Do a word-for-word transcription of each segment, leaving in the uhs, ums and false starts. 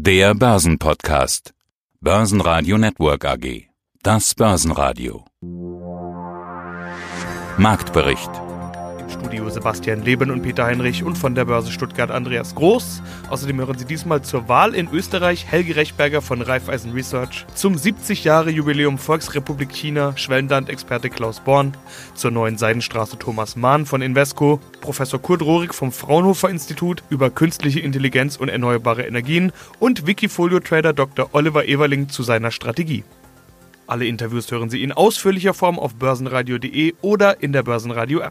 Der Börsenpodcast. Börsenradio Network A G. Das Börsenradio. Marktbericht. Im Studio Sebastian Leben und Peter Heinrich und von der Börse Stuttgart Andreas Groß. Außerdem hören Sie diesmal zur Wahl in Österreich Helge Rechberger von Raiffeisen Research, zum siebzig Jahre Jubiläum Volksrepublik China Schwellenland-Experte Klaus Born, zur neuen Seidenstraße Thomas Mahn von Invesco, Professor Kurt Rohrig vom Fraunhofer Institut über künstliche Intelligenz und erneuerbare Energien und Wikifolio-Trader Doktor Oliver Ewerling zu seiner Strategie. Alle Interviews hören Sie in ausführlicher Form auf börsenradio punkt de oder in der Börsenradio-App.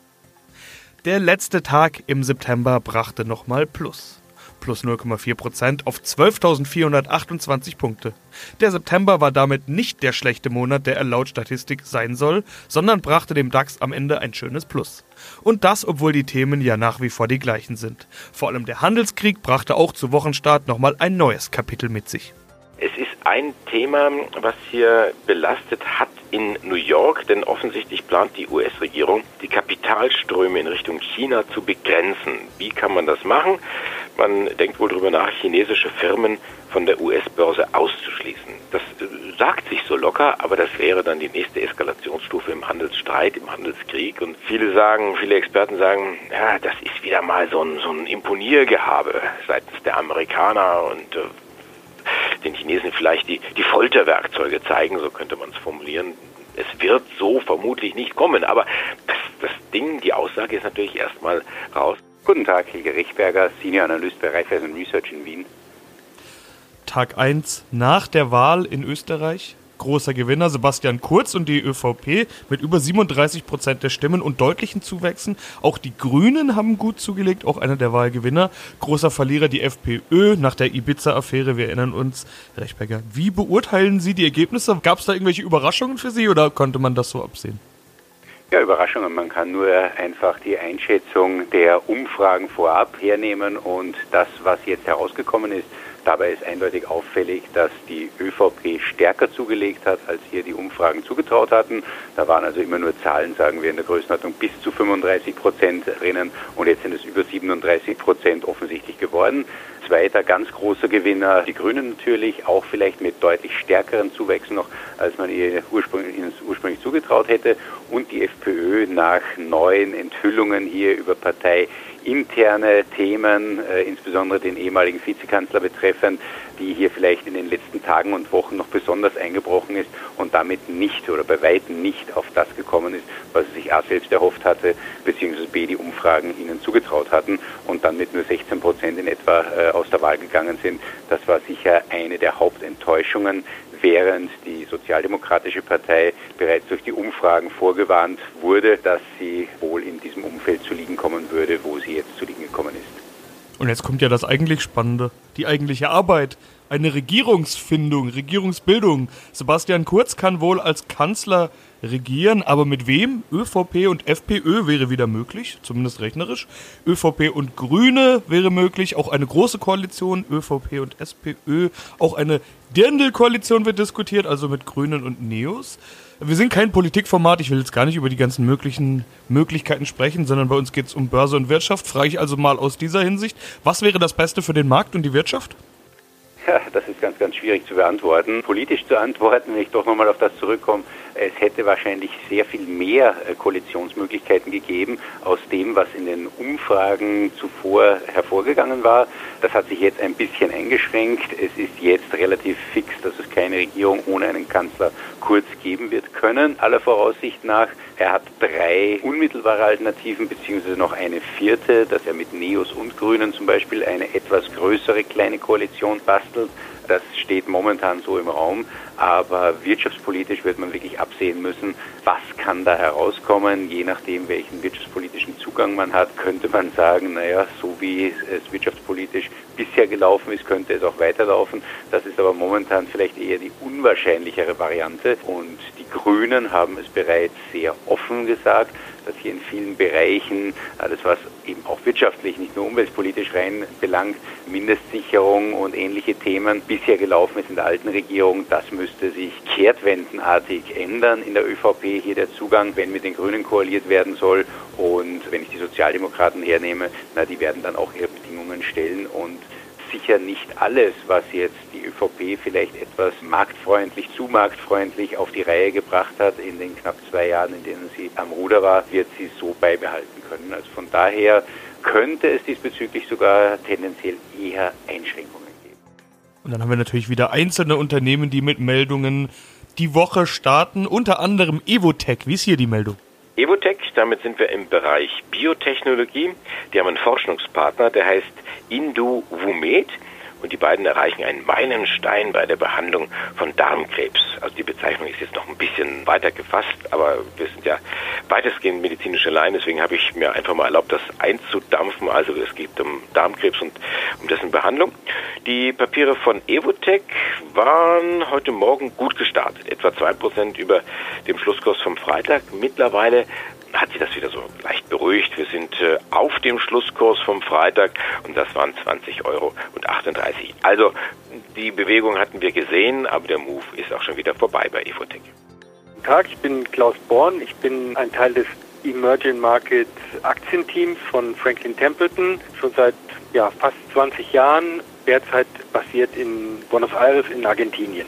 Der letzte Tag im September brachte nochmal Plus. Plus null Komma vier Prozent auf zwölftausendvierhundertachtundzwanzig Punkte. Der September war damit nicht der schlechte Monat, der er laut Statistik sein soll, sondern brachte dem DAX am Ende ein schönes Plus. Und das, obwohl die Themen ja nach wie vor die gleichen sind. Vor allem der Handelskrieg brachte auch zu Wochenstart nochmal ein neues Kapitel mit sich. Es ist ein Thema, was hier belastet hat in New York, denn offensichtlich plant die U S-Regierung, die Kapitalströme in Richtung China zu begrenzen. Wie kann man das machen? Man denkt wohl darüber nach, chinesische Firmen von der U S-Börse auszuschließen. Das sagt sich so locker, aber das wäre dann die nächste Eskalationsstufe im Handelsstreit, im Handelskrieg. Und viele sagen, viele Experten sagen, ja, das ist wieder mal so ein, so ein Imponiergehabe seitens der Amerikaner und äh, den Chinesen vielleicht die, die Folterwerkzeuge zeigen, so könnte man es formulieren. Es wird so vermutlich nicht kommen, aber das, das Ding, die Aussage ist natürlich erstmal raus. Guten Tag, Helge Rechberger, Senior Analyst bei Raiffeisen Research in Wien. Tag eins nach der Wahl in Österreich. Großer Gewinner Sebastian Kurz und die ÖVP mit über siebenunddreißig Prozent der Stimmen und deutlichen Zuwächsen. Auch die Grünen haben gut zugelegt, auch einer der Wahlgewinner. Großer Verlierer die FPÖ nach der Ibiza-Affäre, wir erinnern uns. Herr Rechberger, wie beurteilen Sie die Ergebnisse? Gab es da irgendwelche Überraschungen für Sie oder konnte man das so absehen? Ja, Überraschungen. Man kann nur einfach die Einschätzung der Umfragen vorab hernehmen und das, was jetzt herausgekommen ist. Dabei ist eindeutig auffällig, dass die ÖVP stärker zugelegt hat, als hier die Umfragen zugetraut hatten. Da waren also immer nur Zahlen, sagen wir, in der Größenordnung bis zu fünfunddreißig Prozent drinnen und jetzt sind es über siebenunddreißig Prozent offensichtlich geworden. Zweiter ganz großer Gewinner, die Grünen natürlich, auch vielleicht mit deutlich stärkeren Zuwächsen noch, als man ihr ursprünglich, ihnen ursprünglich zugetraut hätte. Und die FPÖ nach neuen Enthüllungen hier über parteiinterne Themen, äh, insbesondere den ehemaligen Vizekanzler betreffend, die hier vielleicht in den letzten Tagen und Wochen noch besonders eingebrochen ist und damit nicht oder bei weitem nicht auf das gekommen ist, was sie sich A selbst erhofft hatte, beziehungsweise B die Umfragen ihnen zugetraut hatten und dann mit nur sechzehn Prozent in etwa äh, aus der Wahl gegangen sind. Das war sicher eine der Hauptenttäuschungen, während die Sozialdemokratische Partei bereits durch die Umfragen vorgewarnt wurde, dass sie wohl in diesem Umfeld zu liegen kommen würde, wo sie jetzt zu liegen gekommen ist. Und jetzt kommt ja das eigentlich Spannende, die eigentliche Arbeit, eine Regierungsfindung, Regierungsbildung. Sebastian Kurz kann wohl als Kanzler regieren, aber mit wem? ÖVP und FPÖ wäre wieder möglich, zumindest rechnerisch. ÖVP und Grüne wäre möglich, auch eine große Koalition, ÖVP und SPÖ. Auch eine Dirndl-Koalition wird diskutiert, also mit Grünen und Neos. Wir sind kein Politikformat, ich will jetzt gar nicht über die ganzen möglichen Möglichkeiten sprechen, sondern bei uns geht es um Börse und Wirtschaft. Frage ich also mal aus dieser Hinsicht, was wäre das Beste für den Markt und die Wirtschaft? Ja, das ist ganz, ganz schwierig zu beantworten. Politisch zu antworten, wenn ich doch nochmal auf das zurückkomme, es hätte wahrscheinlich sehr viel mehr Koalitionsmöglichkeiten gegeben aus dem, was in den Umfragen zuvor hervorgegangen war. Das hat sich jetzt ein bisschen eingeschränkt. Es ist jetzt relativ fix, dass es keine Regierung ohne einen Kanzler Kurz geben wird können. Aller Voraussicht nach, er hat drei unmittelbare Alternativen, beziehungsweise noch eine vierte, dass er mit Neos und Grünen zum Beispiel eine etwas größere kleine Koalition bastelt. Das steht momentan so im Raum, aber wirtschaftspolitisch wird man wirklich absehen müssen, was kann da herauskommen. Je nachdem, welchen wirtschaftspolitischen Zugang man hat, könnte man sagen, naja, so wie es wirtschaftspolitisch bisher gelaufen ist, könnte es auch weiterlaufen. Das ist aber momentan vielleicht eher die unwahrscheinlichere Variante und die Grünen haben es bereits sehr offen gesagt, dass hier in vielen Bereichen, alles was eben auch wirtschaftlich, nicht nur umweltpolitisch rein belangt, Mindestsicherung und ähnliche Themen bisher gelaufen ist in der alten Regierung, das müsste sich kehrtwendenartig ändern in der ÖVP, hier der Zugang, wenn mit den Grünen koaliert werden soll. Und wenn ich die Sozialdemokraten hernehme, na, die werden dann auch ihre Bedingungen stellen und sicher nicht alles, was jetzt die ÖVP vielleicht etwas marktfreundlich, zu marktfreundlich auf die Reihe gebracht hat in den knapp zwei Jahren, in denen sie am Ruder war, wird sie so beibehalten können. Also von daher könnte es diesbezüglich sogar tendenziell eher Einschränkungen geben. Und dann haben wir natürlich wieder einzelne Unternehmen, die mit Meldungen die Woche starten, unter anderem Evotec. Wie ist hier die Meldung? Evotec, damit sind wir im Bereich Biotechnologie. Die haben einen Forschungspartner, der heißt Induvumed. Und die beiden erreichen einen Meilenstein bei der Behandlung von Darmkrebs. Also die Bezeichnung ist jetzt noch ein bisschen weiter gefasst, aber wir sind ja weitestgehend medizinische Laien, deswegen habe ich mir einfach mal erlaubt, das einzudampfen. Also es geht um Darmkrebs und um dessen Behandlung. Die Papiere von Evotec waren heute Morgen gut gestartet, etwa zwei Prozent über dem Schlusskurs vom Freitag. Mittlerweile hat sich das wieder so leicht beruhigt. Wir sind äh, auf dem Schlusskurs vom Freitag und das waren zwanzig Euro und achtunddreißig. Also die Bewegung hatten wir gesehen, aber der Move ist auch schon wieder vorbei bei Evotec. Guten Tag, ich bin Klaus Born. Ich bin ein Teil des Emerging Market Aktienteams von Franklin Templeton, schon seit ja, fast zwanzig Jahren, derzeit basiert in Buenos Aires in Argentinien.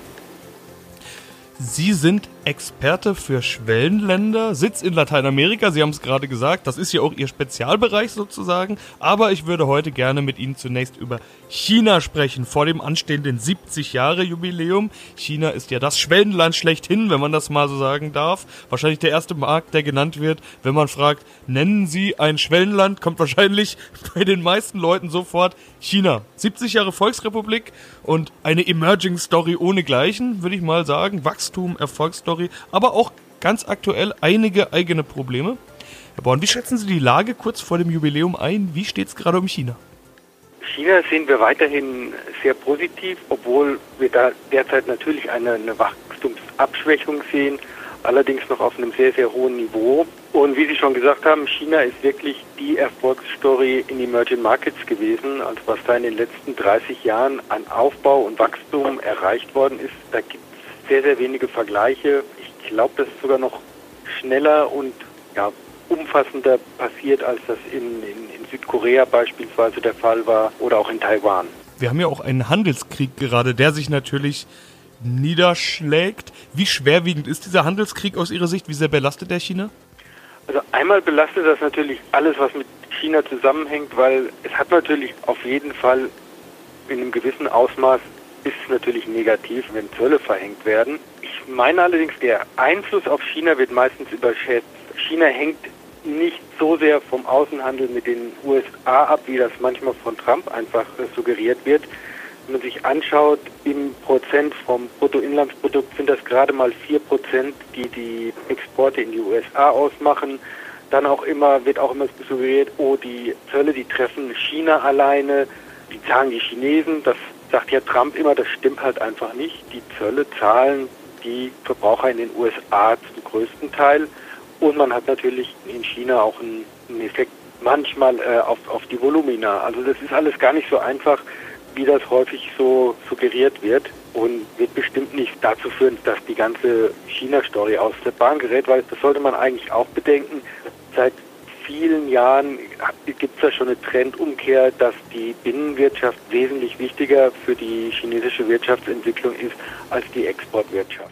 Sie sind Experte für Schwellenländer, Sitz in Lateinamerika, Sie haben es gerade gesagt, das ist ja auch Ihr Spezialbereich sozusagen, aber ich würde heute gerne mit Ihnen zunächst über China sprechen, vor dem anstehenden siebzig-Jahre-Jubiläum. China ist ja das Schwellenland schlechthin, wenn man das mal so sagen darf. Wahrscheinlich der erste Markt, der genannt wird, wenn man fragt, nennen Sie ein Schwellenland, kommt wahrscheinlich bei den meisten Leuten sofort China. siebzig Jahre Volksrepublik und eine Emerging Story ohnegleichen, würde ich mal sagen. Wachstum, Erfolgsstory, aber auch ganz aktuell einige eigene Probleme. Herr Born, wie schätzen Sie die Lage kurz vor dem Jubiläum ein? Wie steht es gerade um China? China sehen wir weiterhin sehr positiv, obwohl wir da derzeit natürlich eine, eine Wachstumsabschwächung sehen, allerdings noch auf einem sehr, sehr hohen Niveau. Und wie Sie schon gesagt haben, China ist wirklich die Erfolgsstory in Emerging Markets gewesen. Also was da in den letzten dreißig Jahren an Aufbau und Wachstum erreicht worden ist, da gibt es sehr, sehr wenige Vergleiche. Ich glaube, das ist sogar noch schneller und ja, umfassender passiert, als das in, in, in Südkorea beispielsweise der Fall war oder auch in Taiwan. Wir haben ja auch einen Handelskrieg gerade, der sich natürlich niederschlägt. Wie schwerwiegend ist dieser Handelskrieg aus Ihrer Sicht? Wie sehr belastet der China? Also einmal belastet das natürlich alles, was mit China zusammenhängt, weil es hat natürlich auf jeden Fall in einem gewissen Ausmaß ist es natürlich negativ, wenn Zölle verhängt werden. Ich meine allerdings, der Einfluss auf China wird meistens überschätzt. China hängt nicht so sehr vom Außenhandel mit den U S A ab, wie das manchmal von Trump einfach äh, suggeriert wird. Wenn man sich anschaut, im Prozent vom Bruttoinlandsprodukt sind das gerade mal vier Prozent, die die Exporte in die U S A ausmachen. Dann auch immer wird auch immer suggeriert, oh, die Zölle, die treffen China alleine, die zahlen die Chinesen. Das sagt ja Trump immer, das stimmt halt einfach nicht. Die Zölle zahlen die Verbraucher in den U S A zum größten Teil. Und man hat natürlich in China auch einen, einen Effekt manchmal äh, auf, auf die Volumina. Also das ist alles gar nicht so einfach, wie das häufig so suggeriert wird und wird bestimmt nicht dazu führen, dass die ganze China-Story aus der Bahn gerät, weil das sollte man eigentlich auch bedenken. Seit vielen Jahren gibt es da schon eine Trendumkehr, dass die Binnenwirtschaft wesentlich wichtiger für die chinesische Wirtschaftsentwicklung ist als die Exportwirtschaft.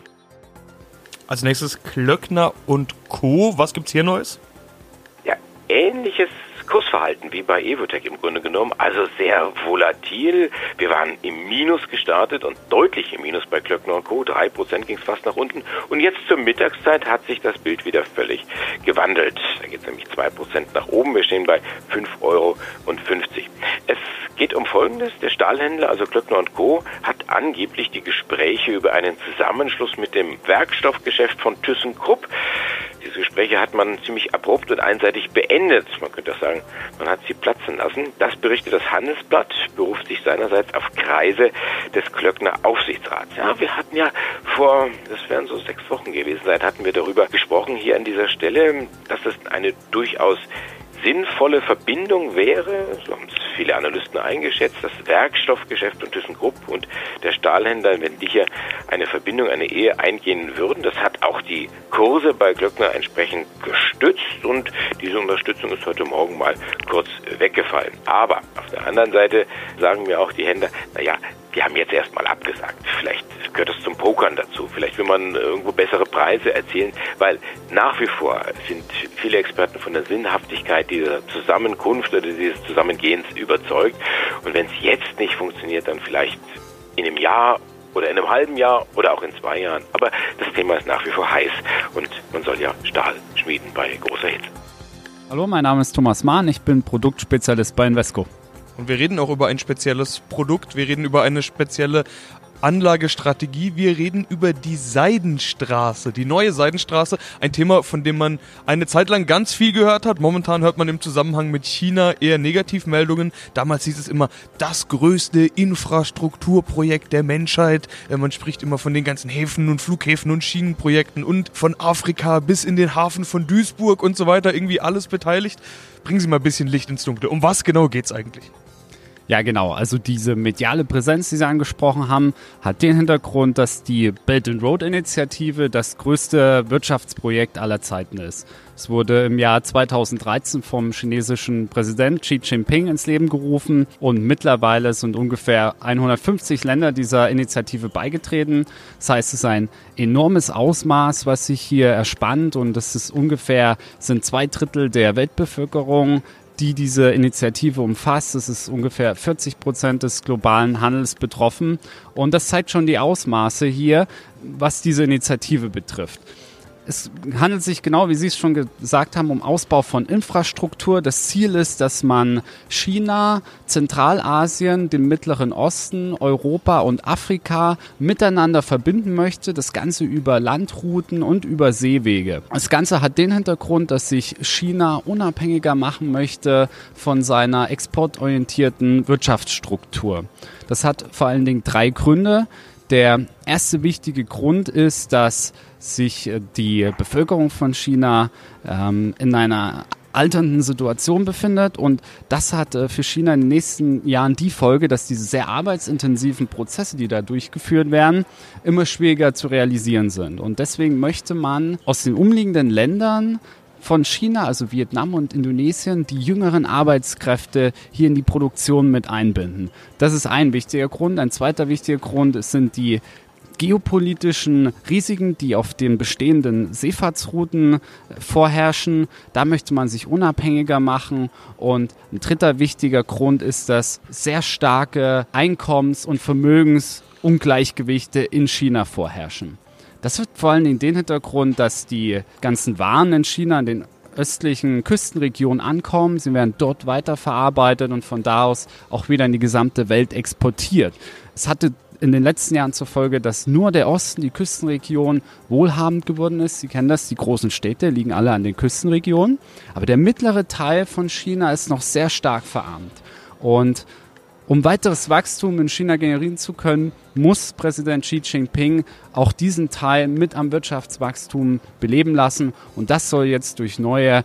Als nächstes Klöckner und Co. Was gibt's hier Neues? Ja, ähnliches Kursverhalten wie bei Evotec im Grunde genommen, also sehr volatil. Wir waren im Minus gestartet und deutlich im Minus bei Klöckner und Co. drei Prozent ging es fast nach unten. Und jetzt zur Mittagszeit hat sich das Bild wieder völlig gewandelt. Da geht es nämlich zwei Prozent nach oben. Wir stehen bei fünf Euro fünfzig. Es geht um Folgendes. Der Stahlhändler, also Klöckner und Co., hat angeblich die Gespräche über einen Zusammenschluss mit dem Werkstoffgeschäft von ThyssenKrupp. Diese Gespräche hat man ziemlich abrupt und einseitig beendet. Man könnte auch sagen, man hat sie platzen lassen. Das berichtet das Handelsblatt, beruft sich seinerseits auf Kreise des Klöckner Aufsichtsrats. Ja, wir hatten ja vor, das wären so sechs Wochen gewesen sein, hatten wir darüber gesprochen hier an dieser Stelle, dass das eine durchaus sinnvolle Verbindung wäre, so haben es viele Analysten eingeschätzt, das Werkstoffgeschäft von ThyssenKrupp und der Stahlhändler, wenn die hier eine Verbindung, eine Ehe eingehen würden. Das hat auch die Kurse bei Glöckner entsprechend gestützt und diese Unterstützung ist heute Morgen mal kurz weggefallen. Aber auf der anderen Seite sagen mir auch die Händler, naja, die haben jetzt erstmal abgesagt. Vielleicht gehört es zum Pokern dazu. Vielleicht will man irgendwo bessere Preise erzielen, weil nach wie vor sind viele Experten von der Sinnhaftigkeit dieser Zusammenkunft oder dieses Zusammengehens überzeugt. Und wenn es jetzt nicht funktioniert, dann vielleicht in einem Jahr oder in einem halben Jahr oder auch in zwei Jahren. Aber das Thema ist nach wie vor heiß und man soll ja Stahl schmieden bei großer Hitze. Hallo, mein Name ist Thomas Mahn, ich bin Produktspezialist bei Invesco. Und wir reden auch über ein spezielles Produkt, wir reden über eine spezielle Anlagestrategie, wir reden über die Seidenstraße, die neue Seidenstraße, ein Thema, von dem man eine Zeit lang ganz viel gehört hat. Momentan hört man im Zusammenhang mit China eher Negativmeldungen. Damals hieß es immer, das größte Infrastrukturprojekt der Menschheit. Man spricht immer von den ganzen Häfen und Flughäfen und Schienenprojekten und von Afrika bis in den Hafen von Duisburg und so weiter, irgendwie alles beteiligt. Bringen Sie mal ein bisschen Licht ins Dunkle. Um was genau geht's eigentlich? Ja, genau. Also diese mediale Präsenz, die Sie angesprochen haben, hat den Hintergrund, dass die Belt and Road Initiative das größte Wirtschaftsprojekt aller Zeiten ist. Es wurde im Jahr zweitausenddreizehn vom chinesischen Präsident Xi Jinping ins Leben gerufen und mittlerweile sind ungefähr hundertfünfzig Länder dieser Initiative beigetreten. Das heißt, es ist ein enormes Ausmaß, was sich hier erspannt und das ist ungefähr, sind zwei Drittel der Weltbevölkerung, die diese Initiative umfasst. Es ist ungefähr vierzig Prozent des globalen Handels betroffen. Und das zeigt schon die Ausmaße hier, was diese Initiative betrifft. Es handelt sich genau, wie Sie es schon gesagt haben, um Ausbau von Infrastruktur. Das Ziel ist, dass man China, Zentralasien, den Mittleren Osten, Europa und Afrika miteinander verbinden möchte. Das Ganze über Landrouten und über Seewege. Das Ganze hat den Hintergrund, dass sich China unabhängiger machen möchte von seiner exportorientierten Wirtschaftsstruktur. Das hat vor allen Dingen drei Gründe. Der erste wichtige Grund ist, dass sich die Bevölkerung von China ähm, in einer alternden Situation befindet und das hat äh, für China in den nächsten Jahren die Folge, dass diese sehr arbeitsintensiven Prozesse, die da durchgeführt werden, immer schwieriger zu realisieren sind. Und deswegen möchte man aus den umliegenden Ländern von China, also Vietnam und Indonesien, die jüngeren Arbeitskräfte hier in die Produktion mit einbinden. Das ist ein wichtiger Grund. Ein zweiter wichtiger Grund sind die geopolitischen Risiken, die auf den bestehenden Seefahrtsrouten vorherrschen. Da möchte man sich unabhängiger machen. Und ein dritter wichtiger Grund ist, dass sehr starke Einkommens- und Vermögensungleichgewichte in China vorherrschen. Das hat vor allen Dingen den Hintergrund, dass die ganzen Waren in China in den östlichen Küstenregionen ankommen. Sie werden dort weiterverarbeitet und von da aus auch wieder in die gesamte Welt exportiert. Es hatte in den letzten Jahren zur Folge, dass nur der Osten, die Küstenregion, wohlhabend geworden ist. Sie kennen das, die großen Städte liegen alle an den Küstenregionen. Aber der mittlere Teil von China ist noch sehr stark verarmt. Und um weiteres Wachstum in China generieren zu können, muss Präsident Xi Jinping auch diesen Teil mit am Wirtschaftswachstum beleben lassen. Und das soll jetzt durch neue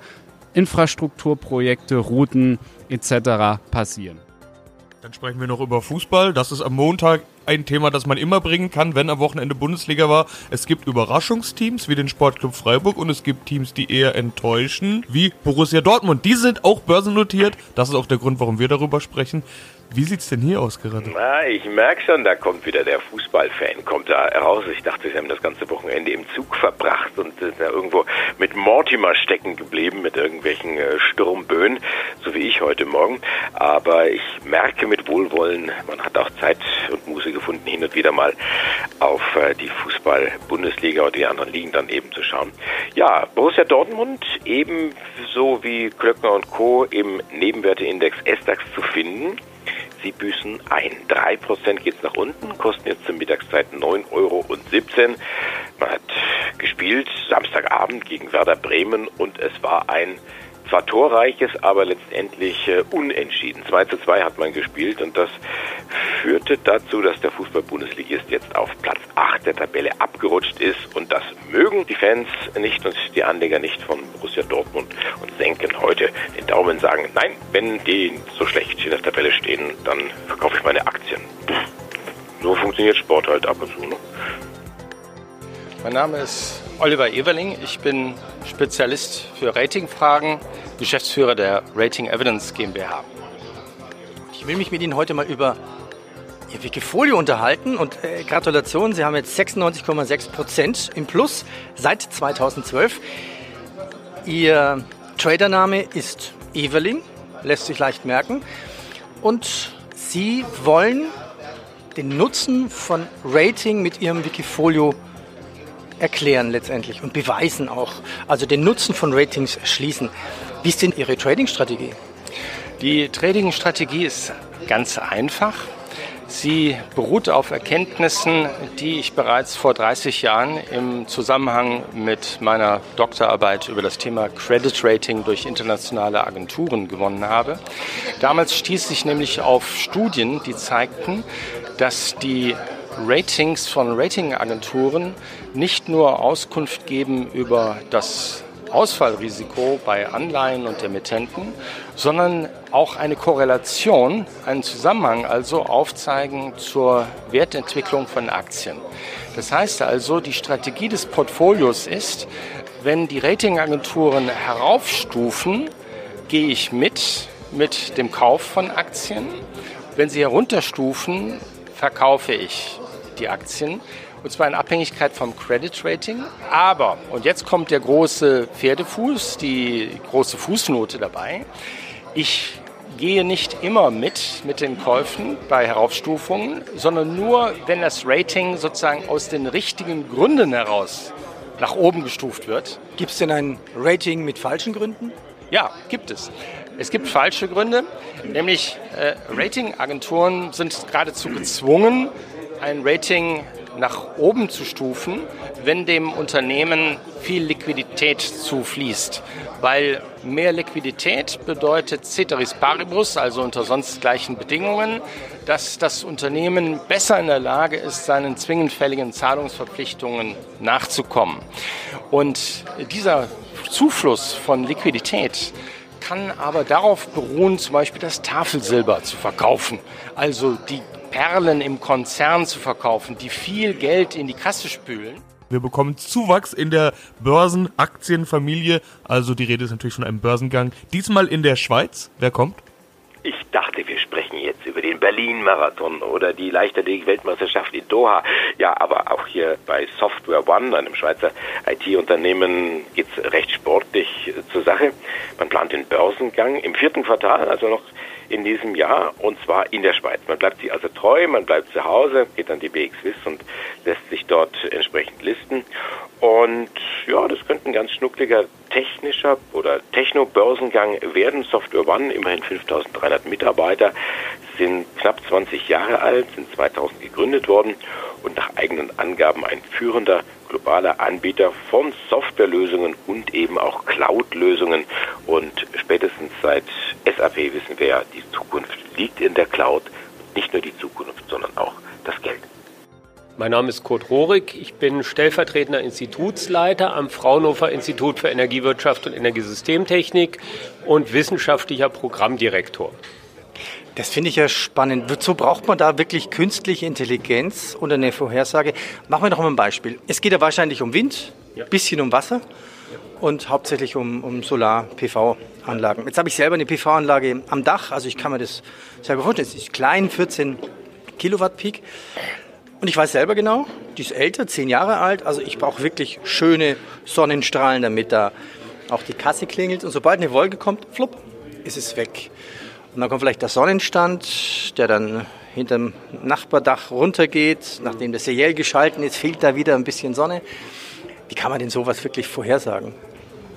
Infrastrukturprojekte, Routen et cetera passieren. Dann sprechen wir noch über Fußball. Das ist am Montag ein Thema, das man immer bringen kann, wenn am Wochenende Bundesliga war. Es gibt Überraschungsteams wie den Sportclub Freiburg und es gibt Teams, die eher enttäuschen, wie Borussia Dortmund. Die sind auch börsennotiert. Das ist auch der Grund, warum wir darüber sprechen. Wie sieht's denn hier aus gerade? Na, ich merke schon, da kommt wieder der Fußballfan, kommt da raus. Ich dachte, sie haben das ganze Wochenende im Zug verbracht und sind da irgendwo mit Mortimer stecken geblieben, mit irgendwelchen äh, Sturmböen, so wie ich heute Morgen. Aber ich merke mit Wohlwollen, man hat auch Zeit und Muße gefunden, hin und wieder mal auf äh, die Fußball-Bundesliga oder die anderen Ligen dann eben zu schauen. Ja, Borussia Dortmund, ebenso wie Klöckner und Co. im Nebenwerteindex S DAX zu finden. Sie büßen ein. drei Prozent geht es nach unten, kosten jetzt zur Mittagszeit neun Euro siebzehn. Man hat gespielt Samstagabend gegen Werder Bremen und es war ein zwar torreiches, aber letztendlich äh, unentschieden. zwei zu zwei hat man gespielt und das führte dazu, dass der Fußball-Bundesligist jetzt auf Platz acht der Tabelle abgerutscht ist und das mögen die Fans nicht und die Anleger nicht von Borussia Dortmund und senken heute den Daumen und sagen, nein, wenn die so schlecht in der Tabelle stehen, dann verkaufe ich meine Aktien. So funktioniert Sport halt ab und zu. Ne? Mein Name ist Oliver Ewerling. Ich bin Spezialist für Ratingfragen, Geschäftsführer der Rating Evidence GmbH. Ich will mich mit Ihnen heute mal über Ihr Wikifolio unterhalten und äh, Gratulation, Sie haben jetzt sechsundneunzig Komma sechs Prozent im Plus seit zweitausendzwölf. Ihr Tradername ist Ewerling, lässt sich leicht merken. Und Sie wollen den Nutzen von Rating mit Ihrem Wikifolio erklären letztendlich und beweisen auch, also den Nutzen von Ratings schließen. Wie ist denn Ihre Trading-Strategie? Die Trading-Strategie ist ganz einfach. Sie beruht auf Erkenntnissen, die ich bereits vor dreißig Jahren im Zusammenhang mit meiner Doktorarbeit über das Thema Credit Rating durch internationale Agenturen gewonnen habe. Damals stieß ich nämlich auf Studien, die zeigten, dass die Ratings von Ratingagenturen nicht nur Auskunft geben über das Ausfallrisiko bei Anleihen und Emittenten, sondern auch eine Korrelation, einen Zusammenhang also aufzeigen zur Wertentwicklung von Aktien. Das heißt also, die Strategie des Portfolios ist, wenn die Ratingagenturen heraufstufen, gehe ich mit mit dem Kauf von Aktien. Wenn sie herunterstufen, verkaufe ich die Aktien, und zwar in Abhängigkeit vom Credit Rating. Aber, und jetzt kommt der große Pferdefuß, die große Fußnote dabei, ich gehe nicht immer mit mit den Käufen bei Heraufstufungen, sondern nur, wenn das Rating sozusagen aus den richtigen Gründen heraus nach oben gestuft wird. Gibt es denn ein Rating mit falschen Gründen? Ja, gibt es. Es gibt falsche Gründe, nämlich äh, Ratingagenturen sind geradezu gezwungen, ein Rating nach oben zu stufen, wenn dem Unternehmen viel Liquidität zufließt. Weil mehr Liquidität bedeutet ceteris paribus, also unter sonst gleichen Bedingungen, dass das Unternehmen besser in der Lage ist, seinen zwingend fälligen Zahlungsverpflichtungen nachzukommen. Und dieser Zufluss von Liquidität kann aber darauf beruhen, zum Beispiel das Tafelsilber zu verkaufen, also die Perlen im Konzern zu verkaufen, die viel Geld in die Kasse spülen. Wir bekommen Zuwachs in der Börsenaktienfamilie, also die Rede ist natürlich von einem Börsengang. Diesmal in der Schweiz. Wer kommt? Ich dachte, wir sprechen jetzt über den Berlin-Marathon oder die Leichtathletik-Weltmeisterschaft in Doha. Ja, aber auch hier bei Software One, einem Schweizer I T-Unternehmen, geht es recht sportlich zur Sache. Man plant den Börsengang im vierten Quartal, also noch in diesem Jahr, und zwar in der Schweiz. Man bleibt sich also treu, man bleibt zu Hause, geht an die B X Swiss und lässt sich dort entsprechend listen. Und ja, das könnte ein ganz schnuckliger technischer oder Techno-Börsengang werden. Software One, immerhin fünftausenddreihundert Mitarbeiter, sind knapp zwanzig Jahre alt, sind zweitausend gegründet worden und nach eigenen Angaben ein führender globaler Anbieter von Softwarelösungen und eben auch Cloud-Lösungen. Und spätestens seit S A P wissen wir ja, die Zukunft liegt in der Cloud. Nicht nur die Zukunft, sondern auch das Geld. Mein Name ist Kurt Rohrig, ich bin stellvertretender Institutsleiter am Fraunhofer Institut für Energiewirtschaft und Energiesystemtechnik und wissenschaftlicher Programmdirektor. Das finde ich ja spannend. Wozu braucht man da wirklich künstliche Intelligenz und eine Vorhersage? Machen wir doch mal ein Beispiel. Es geht ja wahrscheinlich um Wind, ein ja. bisschen um Wasser ja. und hauptsächlich um, um Solar-P V-Anlagen. Jetzt habe ich selber eine P V-Anlage am Dach, also ich kann mir das selber vorstellen. Es ist klein, vierzehn Kilowatt Peak. Und ich weiß selber genau, die ist älter, zehn Jahre alt, also ich brauche wirklich schöne Sonnenstrahlen, damit da auch die Kasse klingelt. Und sobald eine Wolke kommt, flupp, ist es weg. Und dann kommt vielleicht der Sonnenstand, der dann hinterm Nachbardach runtergeht. Nachdem das Seriell geschalten ist, fehlt da wieder ein bisschen Sonne. Wie kann man denn sowas wirklich vorhersagen?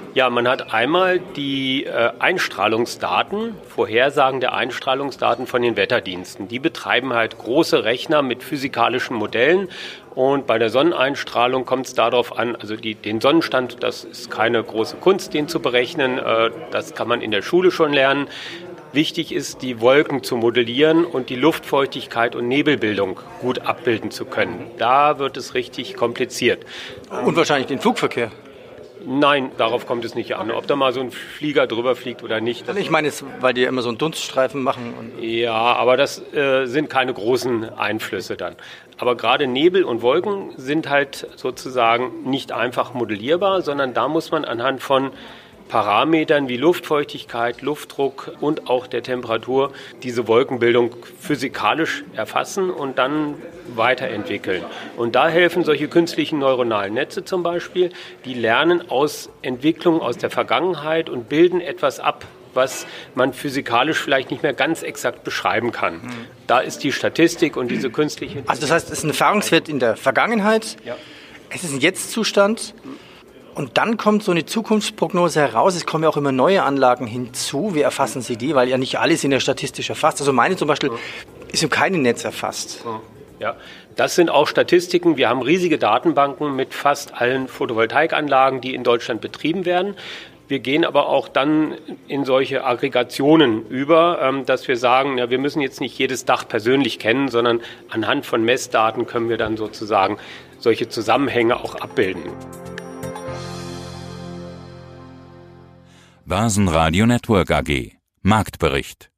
Ja, man hat einmal die äh, Einstrahlungsdaten, Vorhersagen der Einstrahlungsdaten von den Wetterdiensten. Die betreiben halt große Rechner mit physikalischen Modellen und bei der Sonneneinstrahlung kommt es darauf an, also die, den Sonnenstand, das ist keine große Kunst, den zu berechnen, äh, das kann man in der Schule schon lernen. Wichtig ist, die Wolken zu modellieren und die Luftfeuchtigkeit und Nebelbildung gut abbilden zu können. Da wird es richtig kompliziert. Und wahrscheinlich den Flugverkehr. Nein, darauf kommt es nicht an. Ob da mal so ein Flieger drüber fliegt oder nicht. Ich meine jetzt, weil die ja immer so einen Dunststreifen machen. Und ja, aber das äh, sind keine großen Einflüsse dann. Aber gerade Nebel und Wolken sind halt sozusagen nicht einfach modellierbar, sondern da muss man anhand von Parametern wie Luftfeuchtigkeit, Luftdruck und auch der Temperatur diese Wolkenbildung physikalisch erfassen und dann weiterentwickeln. Und da helfen solche künstlichen neuronalen Netze zum Beispiel, die lernen aus Entwicklungen aus der Vergangenheit und bilden etwas ab, was man physikalisch vielleicht nicht mehr ganz exakt beschreiben kann. Mhm. Da ist die Statistik und diese künstliche... Also das heißt, es ist ein Erfahrungswert in der Vergangenheit, ja. Es ist ein Jetzt-Zustand. Und dann kommt so eine Zukunftsprognose heraus. Es kommen ja auch immer neue Anlagen hinzu. Wie erfassen Sie die? Weil ja nicht alles in der statistisch erfasst. Also meine zum Beispiel ist im keinem Netz erfasst. Ja, das sind auch Statistiken. Wir haben riesige Datenbanken mit fast allen Photovoltaikanlagen, die in Deutschland betrieben werden. Wir gehen aber auch dann in solche Aggregationen über, dass wir sagen, ja, wir müssen jetzt nicht jedes Dach persönlich kennen, sondern anhand von Messdaten können wir dann sozusagen solche Zusammenhänge auch abbilden. Börsenradio Network A G. Marktbericht.